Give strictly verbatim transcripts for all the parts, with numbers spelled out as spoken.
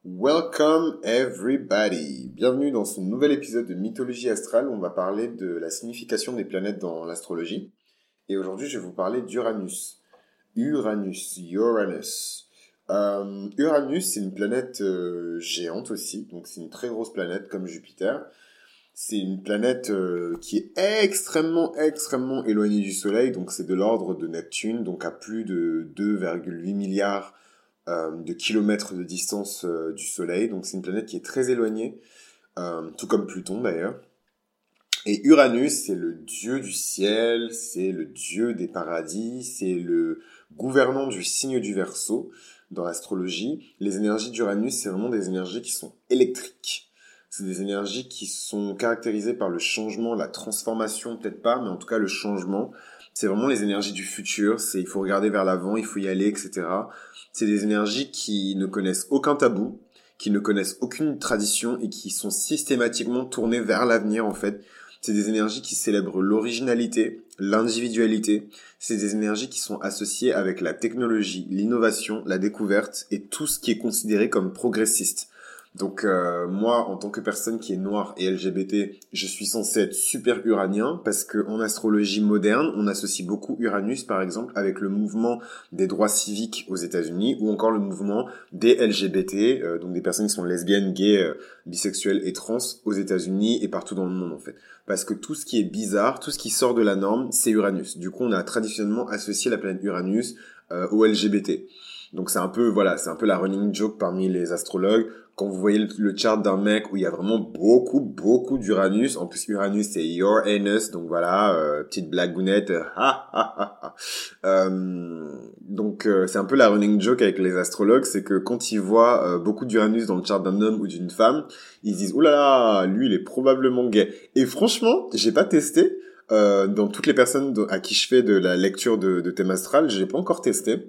Welcome everybody! Bienvenue dans ce nouvel épisode de Mythologie astrale où on va parler de la signification des planètes dans l'astrologie. Et aujourd'hui, je vais vous parler d'Uranus. Uranus, Uranus. Euh, Uranus, c'est une planète euh, géante aussi, donc c'est une très grosse planète comme Jupiter. C'est une planète euh, qui est extrêmement, extrêmement éloignée du Soleil, donc c'est de l'ordre de Neptune, donc à plus de deux virgule huit milliards euh, de kilomètres de distance euh, du Soleil. Donc c'est une planète qui est très éloignée, euh, tout comme Pluton d'ailleurs. Et Uranus, c'est le dieu du ciel, c'est le dieu des paradis, c'est le gouvernant du signe du Verseau dans l'astrologie. Les énergies d'Uranus, c'est vraiment des énergies qui sont électriques. C'est des énergies qui sont caractérisées par le changement, la transformation, peut-être pas, mais en tout cas le changement. C'est vraiment les énergies du futur, c'est il faut regarder vers l'avant, il faut y aller, et cetera. C'est des énergies qui ne connaissent aucun tabou, qui ne connaissent aucune tradition et qui sont systématiquement tournées vers l'avenir en fait. C'est des énergies qui célèbrent l'originalité, l'individualité. C'est des énergies qui sont associées avec la technologie, l'innovation, la découverte et tout ce qui est considéré comme progressiste. Donc euh, moi, en tant que personne qui est noire et L G B T, je suis censé être super uranien parce que en astrologie moderne, on associe beaucoup Uranus, par exemple, avec le mouvement des droits civiques aux États-Unis ou encore le mouvement des L G B T, euh, donc des personnes qui sont lesbiennes, gays, euh, bisexuelles et trans aux États-Unis et partout dans le monde en fait. Parce que tout ce qui est bizarre, tout ce qui sort de la norme, c'est Uranus. Du coup, on a traditionnellement associé la planète Uranus euh, au L G B T. Donc c'est un peu voilà, c'est un peu la running joke parmi les astrologues. Quand vous voyez le, le chart d'un mec où il y a vraiment beaucoup, beaucoup d'Uranus, en plus Uranus c'est your anus, donc voilà, euh, petite blagounette, euh, ha ha ha ha. Euh, donc euh, c'est un peu la running joke avec les astrologues, c'est que quand ils voient euh, beaucoup d'Uranus dans le chart d'un homme ou d'une femme, ils disent oulala, lui il est probablement gay. Et franchement, j'ai pas testé. Euh, dans toutes les personnes à qui je fais de la lecture de, de thème astral, j'ai pas encore testé.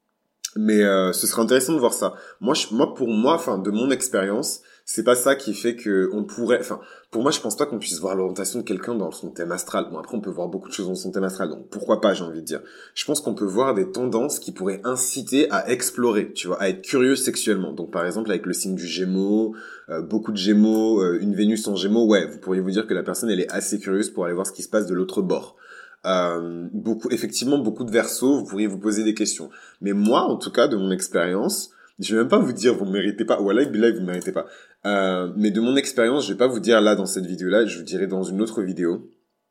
Mais euh, ce serait intéressant de voir ça. Moi, je, moi pour moi, enfin, de mon expérience, c'est pas ça qui fait que on pourrait. Enfin, pour moi, je pense pas qu'on puisse voir l'orientation de quelqu'un dans son thème astral. Bon, après, on peut voir beaucoup de choses dans son thème astral, donc pourquoi pas, j'ai envie de dire. Je pense qu'on peut voir des tendances qui pourraient inciter à explorer, tu vois, à être curieux sexuellement. Donc, par exemple, avec le signe du Gémeaux, euh, beaucoup de Gémeaux, euh, une Vénus en Gémeaux, ouais, vous pourriez vous dire que la personne, elle est assez curieuse pour aller voir ce qui se passe de l'autre bord. Euh, beaucoup, effectivement, beaucoup de Verseaux, vous pourriez vous poser des questions. Mais moi, en tout cas, de mon expérience, je vais même pas vous dire vous méritez pas, ou alors billah, vous méritez pas. Euh, mais de mon expérience, je vais pas vous dire là dans cette vidéo-là, je vous dirai dans une autre vidéo,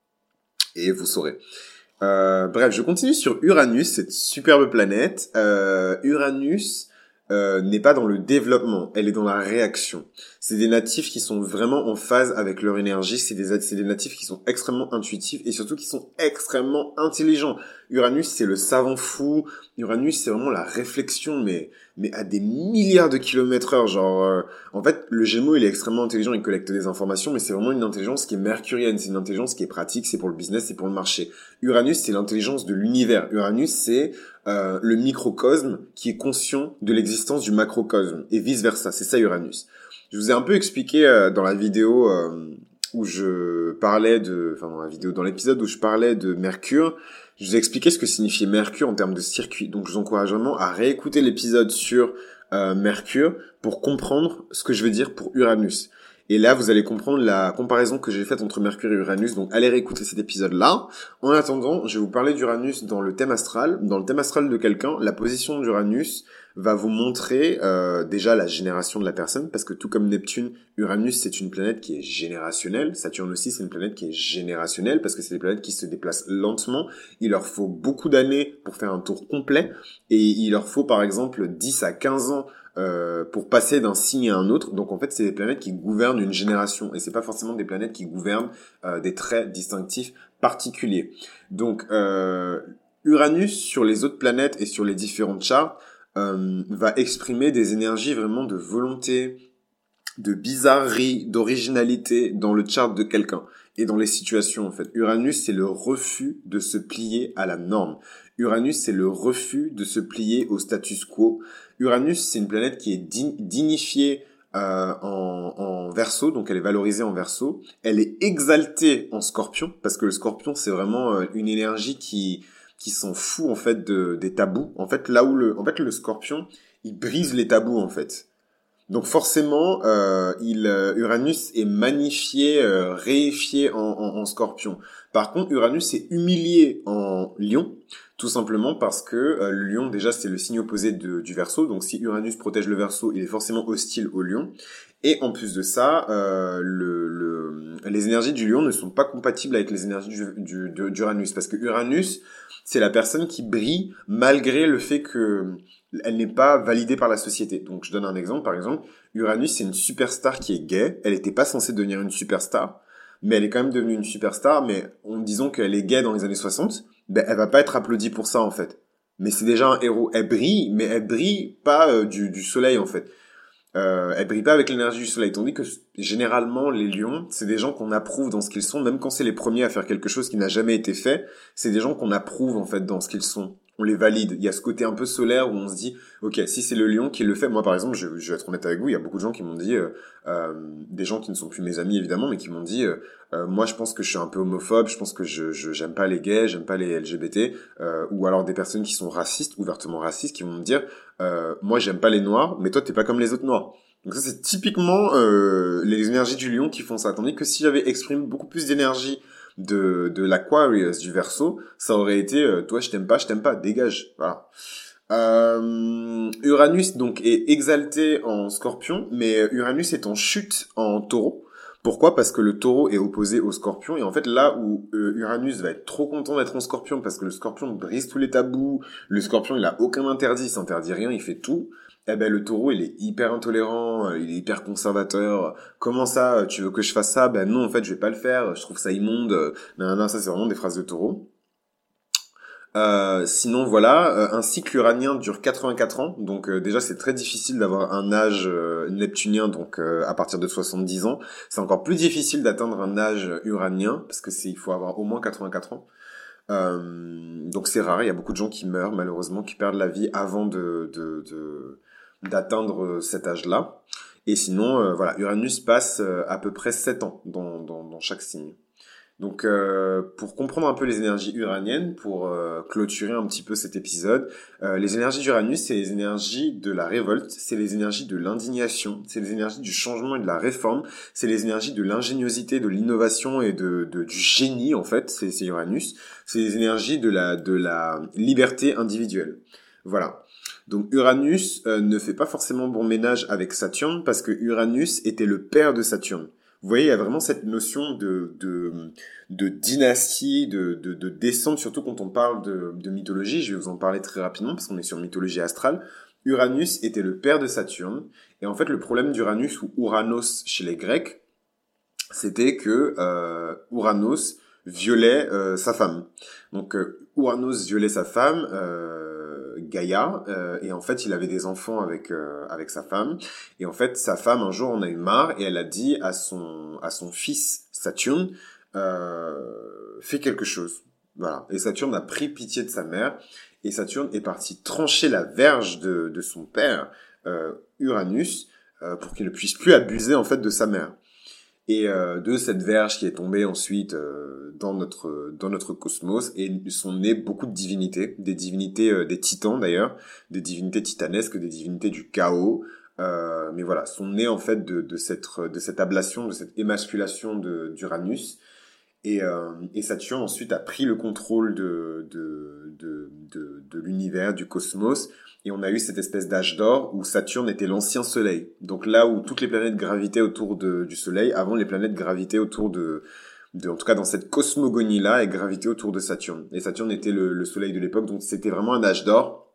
et vous saurez. Euh, bref, je continue sur Uranus, cette superbe planète. Euh, Uranus euh, n'est pas dans le développement, elle est dans la réaction. C'est des natifs qui sont vraiment en phase avec leur énergie, c'est des, c'est des natifs qui sont extrêmement intuitifs et surtout qui sont extrêmement intelligents. Uranus, c'est le savant fou. Uranus, c'est vraiment la réflexion, mais mais à des milliards de kilomètres heure. Genre, euh, en fait, le Gémeaux, il est extrêmement intelligent, il collecte des informations, mais c'est vraiment une intelligence qui est mercurienne, c'est une intelligence qui est pratique, c'est pour le business, c'est pour le marché. Uranus, c'est l'intelligence de l'univers. Uranus, c'est euh, le microcosme qui est conscient de l'existence du macrocosme, et vice-versa. C'est ça, Uranus. Je vous ai un peu expliqué euh, dans la vidéo euh, où je parlais de... Enfin, dans la vidéo, dans l'épisode où je parlais de Mercure, je vous ai expliqué ce que signifiait Mercure en termes de circuit. Donc, je vous encourage vraiment à réécouter l'épisode sur euh, Mercure pour comprendre ce que je veux dire pour Uranus. Et là, vous allez comprendre la comparaison que j'ai faite entre Mercure et Uranus. Donc, allez réécouter cet épisode-là. En attendant, je vais vous parler d'Uranus dans le thème astral. Dans le thème astral de quelqu'un, la position d'Uranus va vous montrer euh, déjà la génération de la personne, parce que tout comme Neptune, Uranus, c'est une planète qui est générationnelle. Saturne aussi, c'est une planète qui est générationnelle, parce que c'est des planètes qui se déplacent lentement. Il leur faut beaucoup d'années pour faire un tour complet, et il leur faut par exemple dix à quinze ans Euh, pour passer d'un signe à un autre. Donc en fait, c'est des planètes qui gouvernent une génération et c'est pas forcément des planètes qui gouvernent euh, des traits distinctifs particuliers. Donc euh, Uranus sur les autres planètes et sur les différentes charts euh, va exprimer des énergies vraiment de volonté, de bizarrerie, d'originalité dans le chart de quelqu'un et dans les situations en fait. Uranus, c'est le refus de se plier à la norme. Uranus, c'est le refus de se plier au status quo. Uranus, c'est une planète qui est dig- dignifiée euh, en, en Verseau, donc elle est valorisée en Verseau. Elle est exaltée en Scorpion, parce que le Scorpion, c'est vraiment euh, une énergie qui qui s'en fout en fait de, des tabous. En fait, là où le, en fait, le Scorpion, il brise les tabous en fait. Donc forcément, euh, il, euh, Uranus est magnifié, euh, réifié en, en, en Scorpion. Par contre, Uranus est humilié en Lion, tout simplement parce que euh, le Lion, déjà, c'est le signe opposé de, du Verseau. Donc si Uranus protège le Verseau, il est forcément hostile au Lion. Et en plus de ça, euh, le, le, les énergies du Lion ne sont pas compatibles avec les énergies du, du, de, d'Uranus. Parce que Uranus, c'est la personne qui brille malgré le fait que elle n'est pas validée par la société. Donc je donne un exemple, par exemple, Uranus, c'est une superstar qui est gay. Elle n'était pas censée devenir une superstar, mais elle est quand même devenue une superstar, mais en disant qu'elle est gay dans les années soixante, ben elle va pas être applaudie pour ça en fait. Mais c'est déjà un héros. Elle brille, mais elle brille pas euh, du, du soleil en fait. Euh, elle brille pas avec l'énergie du soleil, tandis que généralement les lions, c'est des gens qu'on approuve dans ce qu'ils sont, même quand c'est les premiers à faire quelque chose qui n'a jamais été fait, c'est des gens qu'on approuve en fait dans ce qu'ils sont. On les valide. Il y a ce côté un peu solaire où on se dit, ok, si c'est le lion qui le fait, moi par exemple, je, je vais être honnête avec vous, il y a beaucoup de gens qui m'ont dit, euh, euh, des gens qui ne sont plus mes amis évidemment, mais qui m'ont dit, euh, euh, moi je pense que je suis un peu homophobe, je pense que je, je j'aime pas les gays, j'aime pas les L G B T, euh, ou alors des personnes qui sont racistes, ouvertement racistes, qui vont me dire, euh, moi j'aime pas les noirs, mais toi t'es pas comme les autres noirs. Donc ça c'est typiquement euh, les énergies du lion qui font ça, tandis que si j'avais exprimé beaucoup plus d'énergie de de l'Aquarius, du Verseau, ça aurait été euh, toi je t'aime pas, je t'aime pas, dégage, voilà. Euh, Uranus donc est exalté en Scorpion, mais Uranus est en chute en Taureau. Pourquoi? Parce que le Taureau est opposé au Scorpion, et en fait là où euh, Uranus va être trop content d'être en Scorpion parce que le Scorpion brise tous les tabous, le Scorpion il a aucun interdit, il s'interdit rien, il fait tout. Eh ben le Taureau il est hyper intolérant, il est hyper conservateur. Comment ça, tu veux que je fasse ça? Ben non, en fait je vais pas le faire, je trouve ça immonde. Non, non, ça c'est vraiment des phrases de Taureau. Euh, sinon voilà, euh, un cycle uranien dure quatre-vingt-quatre ans, donc euh, déjà c'est très difficile d'avoir un âge euh, neptunien, donc euh, à partir de soixante-dix ans. C'est encore plus difficile d'atteindre un âge uranien parce que c'est il faut avoir au moins quatre-vingt-quatre ans. Euh, donc c'est rare, il y a beaucoup de gens qui meurent malheureusement, qui perdent la vie avant de, de, de d'atteindre cet âge-là. Et sinon, euh, voilà, Uranus passe euh, à peu près sept ans dans, dans, dans chaque signe. Donc, euh, pour comprendre un peu les énergies uraniennes, pour euh, clôturer un petit peu cet épisode, euh, les énergies d'Uranus, c'est les énergies de la révolte, c'est les énergies de l'indignation, c'est les énergies du changement et de la réforme, c'est les énergies de l'ingéniosité, de l'innovation et de, de du génie en fait. C'est, c'est Uranus, c'est les énergies de la de la liberté individuelle. Voilà. Donc Uranus euh, ne fait pas forcément bon ménage avec Saturne parce que Uranus était le père de Saturne. Vous voyez, il y a vraiment cette notion de de, de dynastie, de, de, de descente, surtout quand on parle de, de mythologie. Je vais vous en parler très rapidement parce qu'on est sur mythologie astrale. Uranus était le père de Saturne. Et en fait, le problème d'Uranus ou Uranos chez les Grecs, c'était que euh, Uranos violait euh, sa femme. Donc euh, Uranos violait sa femme, euh, Gaïa, euh, et en fait il avait des enfants avec euh, avec sa femme. Et en fait sa femme un jour en a eu marre et elle a dit à son à son fils Saturne, euh, fais quelque chose. Voilà. Et Saturne a pris pitié de sa mère et Saturne est parti trancher la verge de de son père euh, Uranus euh, pour qu'il ne puisse plus abuser en fait de sa mère. Et euh, de cette verge qui est tombée ensuite euh, dans notre dans notre cosmos, et sont nées beaucoup de divinités, des divinités euh, des titans d'ailleurs, des divinités titanesques, des divinités du chaos. Euh, mais voilà, sont nées en fait de de cette de cette ablation, de cette émasculation de d'Uranus. Et, euh, et Saturne ensuite a pris le contrôle de, de, de, de, de l'univers, du cosmos, et on a eu cette espèce d'âge d'or où Saturne était l'ancien Soleil. Donc là où toutes les planètes gravitaient autour de, du Soleil, avant les planètes gravitaient autour de, de, en tout cas dans cette cosmogonie-là, elles gravitaient autour de Saturne. Et Saturne était le, le Soleil de l'époque, donc c'était vraiment un âge d'or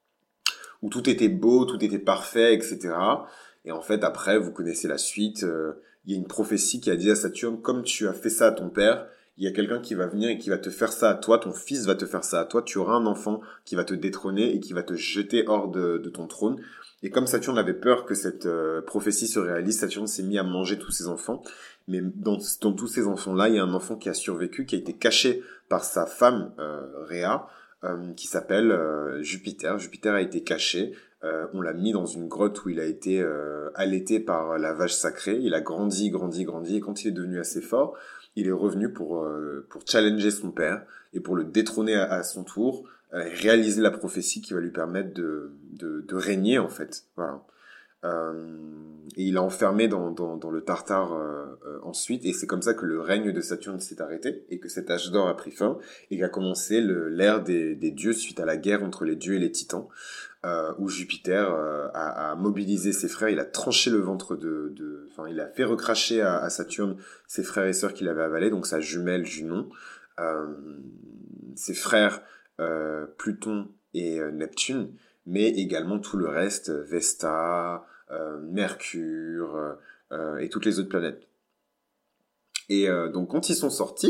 où tout était beau, tout était parfait, et cetera. Et en fait, après, vous connaissez la suite. Euh, il y a une prophétie qui a dit à Saturne, comme tu as fait ça à ton père, il y a quelqu'un qui va venir et qui va te faire ça à toi, ton fils va te faire ça à toi, tu auras un enfant qui va te détrôner et qui va te jeter hors de, de ton trône. Et comme Saturne avait peur que cette euh, prophétie se réalise, Saturne s'est mis à manger tous ses enfants. Mais dans, dans tous ces enfants-là, il y a un enfant qui a survécu, qui a été caché par sa femme, euh, Rhea, euh, qui s'appelle euh, Jupiter. Jupiter a été caché. Euh, on l'a mis dans une grotte où il a été euh, allaité par la vache sacrée. Il a grandi, grandi, grandi. Et quand il est devenu assez fort, il est revenu pour euh, pour challenger son père et pour le détrôner à, à son tour, euh, réaliser la prophétie qui va lui permettre de de, de régner en fait. Voilà. Euh, et il a enfermé dans, dans, dans le Tartare euh, euh, ensuite, et c'est comme ça que le règne de Saturne s'est arrêté, et que cet âge d'or a pris fin, et qu'a commencé le, l'ère des, des dieux suite à la guerre entre les dieux et les titans, euh, où Jupiter euh, a, a mobilisé ses frères, il a tranché le ventre de... de enfin, il a fait recracher à, à Saturne ses frères et sœurs qu'il avait avalés, donc sa jumelle Junon, euh, ses frères euh, Pluton et euh, Neptune, mais également tout le reste, Vesta, euh, Mercure euh, euh, et toutes les autres planètes. Et euh, donc quand ils sont sortis,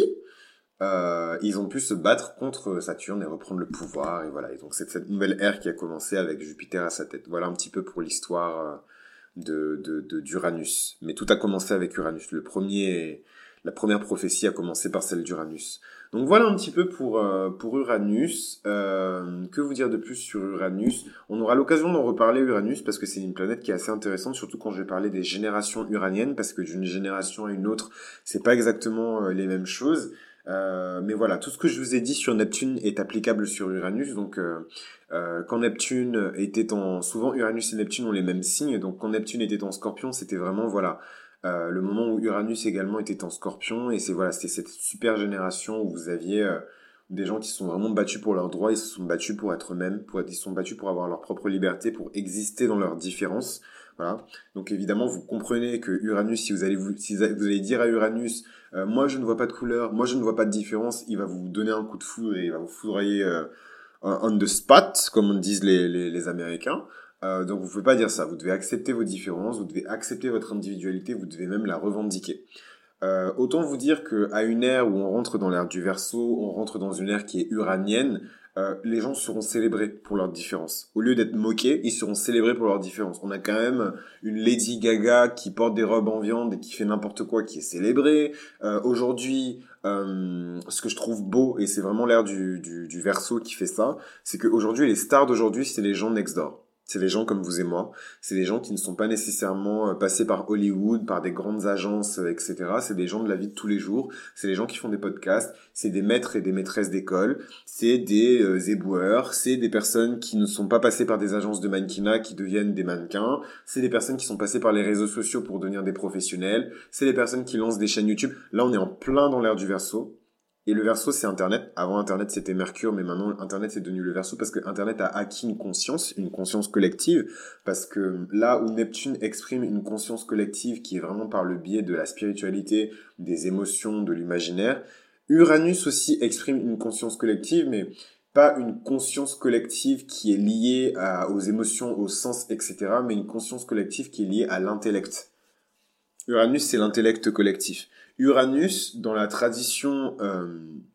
euh, ils ont pu se battre contre Saturne et reprendre le pouvoir. Et voilà. Et donc c'est cette nouvelle ère qui a commencé avec Jupiter à sa tête. Voilà un petit peu pour l'histoire euh, de, de, de d'Uranus. Mais tout a commencé avec Uranus. Le premier, la première prophétie a commencé par celle d'Uranus. Donc voilà un petit peu pour euh, pour Uranus. Euh, que vous dire de plus sur Uranus? On aura l'occasion d'en reparler Uranus parce que c'est une planète qui est assez intéressante, surtout quand je vais parler des générations uraniennes, parce que d'une génération à une autre, c'est pas exactement euh, les mêmes choses. Euh, mais voilà, tout ce que je vous ai dit sur Neptune est applicable sur Uranus. Donc, euh, euh, quand Neptune était en, souvent Uranus et Neptune ont les mêmes signes. Donc, quand Neptune était en Scorpion, c'était vraiment voilà euh, le moment où Uranus également était en Scorpion. Et c'est voilà, c'était cette super génération où vous aviez euh, des gens qui se sont vraiment battus pour leurs droits, ils se sont battus pour être eux-mêmes, pour être, ils se sont battus pour avoir leur propre liberté, pour exister dans leurs différences. Voilà. Donc évidemment, vous comprenez que Uranus, si vous allez vous, si vous allez dire à Uranus, euh, moi je ne vois pas de couleur, moi je ne vois pas de différence, il va vous donner un coup de foudre et il va vous foudroyer euh, on the spot, comme on disent les, les, les Américains. Euh, donc vous pouvez pas dire ça. Vous devez accepter vos différences, vous devez accepter votre individualité, vous devez même la revendiquer. Euh, autant vous dire que à une ère où on rentre dans l'ère du Verseau, on rentre dans une ère qui est uranienne, euh, les gens seront célébrés pour leurs différences. Au lieu d'être moqués, ils seront célébrés pour leurs différences. On a quand même une Lady Gaga qui porte des robes en viande et qui fait n'importe quoi, qui est célébrée. Euh, aujourd'hui, euh, ce que je trouve beau, et c'est vraiment l'ère du, du, du Verseau qui fait ça, c'est qu'aujourd'hui, les stars d'aujourd'hui, c'est les gens next door. C'est les gens comme vous et moi. C'est des gens qui ne sont pas nécessairement euh, passés par Hollywood, par des grandes agences, euh, et cetera. C'est des gens de la vie de tous les jours. C'est des gens qui font des podcasts. C'est des maîtres et des maîtresses d'école. C'est des euh, éboueurs. C'est des personnes qui ne sont pas passées par des agences de mannequinat qui deviennent des mannequins. C'est des personnes qui sont passées par les réseaux sociaux pour devenir des professionnels. C'est des personnes qui lancent des chaînes YouTube. Là, on est en plein dans l'ère du Verseau. Et le Verseau, c'est Internet. Avant Internet, c'était Mercure, mais maintenant Internet, c'est devenu le Verseau parce que Internet a acquis une conscience, une conscience collective. Parce que là où Neptune exprime une conscience collective qui est vraiment par le biais de la spiritualité, des émotions, de l'imaginaire, Uranus aussi exprime une conscience collective, mais pas une conscience collective qui est liée à, aux émotions, au sens, et cetera, mais une conscience collective qui est liée à l'intellect. Uranus, c'est l'intellect collectif. Uranus, dans la tradition, euh,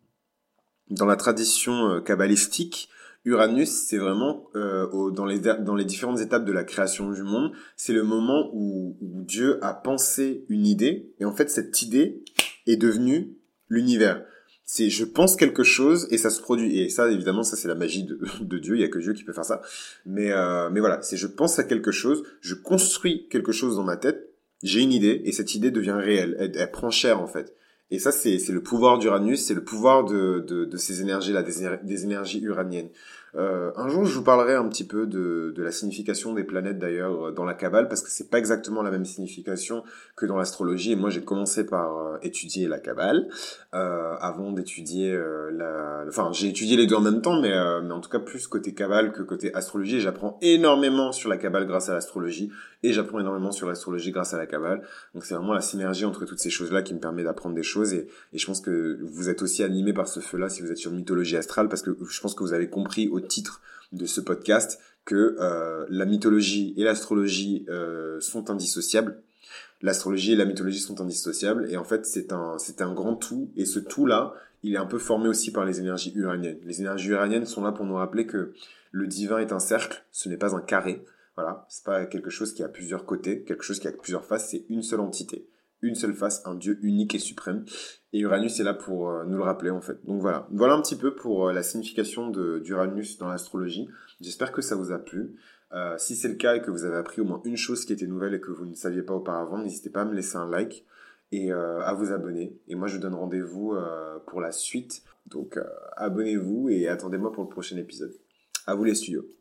dans la tradition euh, kabbalistique, Uranus, c'est vraiment euh, au, dans les dans les différentes étapes de la création du monde, c'est le moment où, où Dieu a pensé une idée et en fait cette idée est devenue l'univers. C'est je pense quelque chose et ça se produit et ça évidemment ça c'est la magie de, de Dieu, il y a que Dieu qui peut faire ça. Mais euh, mais voilà, c'est je pense à quelque chose, je construis quelque chose dans ma tête. J'ai une idée et cette idée devient réelle, elle, elle prend chair en fait. Et ça, c'est, c'est le pouvoir d'Uranus, c'est le pouvoir de, de, de ces énergies-là, des, des énergies uraniennes. Euh, un jour, je vous parlerai un petit peu de, de la signification des planètes d'ailleurs dans la Kabbale, parce que c'est pas exactement la même signification que dans l'astrologie. Et moi, j'ai commencé par euh, étudier la Kabbale euh, avant d'étudier euh, la. Enfin, j'ai étudié les deux en même temps, mais, euh, mais en tout cas plus côté Kabbale que côté astrologie. Et j'apprends énormément sur la Kabbale grâce à l'astrologie, et j'apprends énormément sur l'astrologie grâce à la Kabbale. Donc c'est vraiment la synergie entre toutes ces choses-là qui me permet d'apprendre des choses. Et, et je pense que vous êtes aussi animé par ce feu-là si vous êtes sur Mythologie Astrale, parce que je pense que vous avez compris au titre de ce podcast que euh, la mythologie et l'astrologie euh, sont indissociables. L'astrologie et la mythologie sont indissociables et en fait c'est un c'est un grand tout et ce tout là il est un peu formé aussi par les énergies uraniennes. Les énergies uraniennes sont là pour nous rappeler que le divin est un cercle, ce n'est pas un carré. Voilà, c'est pas quelque chose qui a plusieurs côtés, quelque chose qui a plusieurs faces, c'est une seule entité, une seule face, un dieu unique et suprême. Et Uranus est là pour euh, nous le rappeler en fait. Donc voilà, voilà un petit peu pour euh, la signification de, d'Uranus dans l'astrologie. J'espère que ça vous a plu. Euh, si c'est le cas et que vous avez appris au moins une chose qui était nouvelle et que vous ne saviez pas auparavant, n'hésitez pas à me laisser un like et euh, à vous abonner. Et moi je vous donne rendez-vous euh, pour la suite. Donc euh, abonnez-vous et attendez-moi pour le prochain épisode. À vous les studios.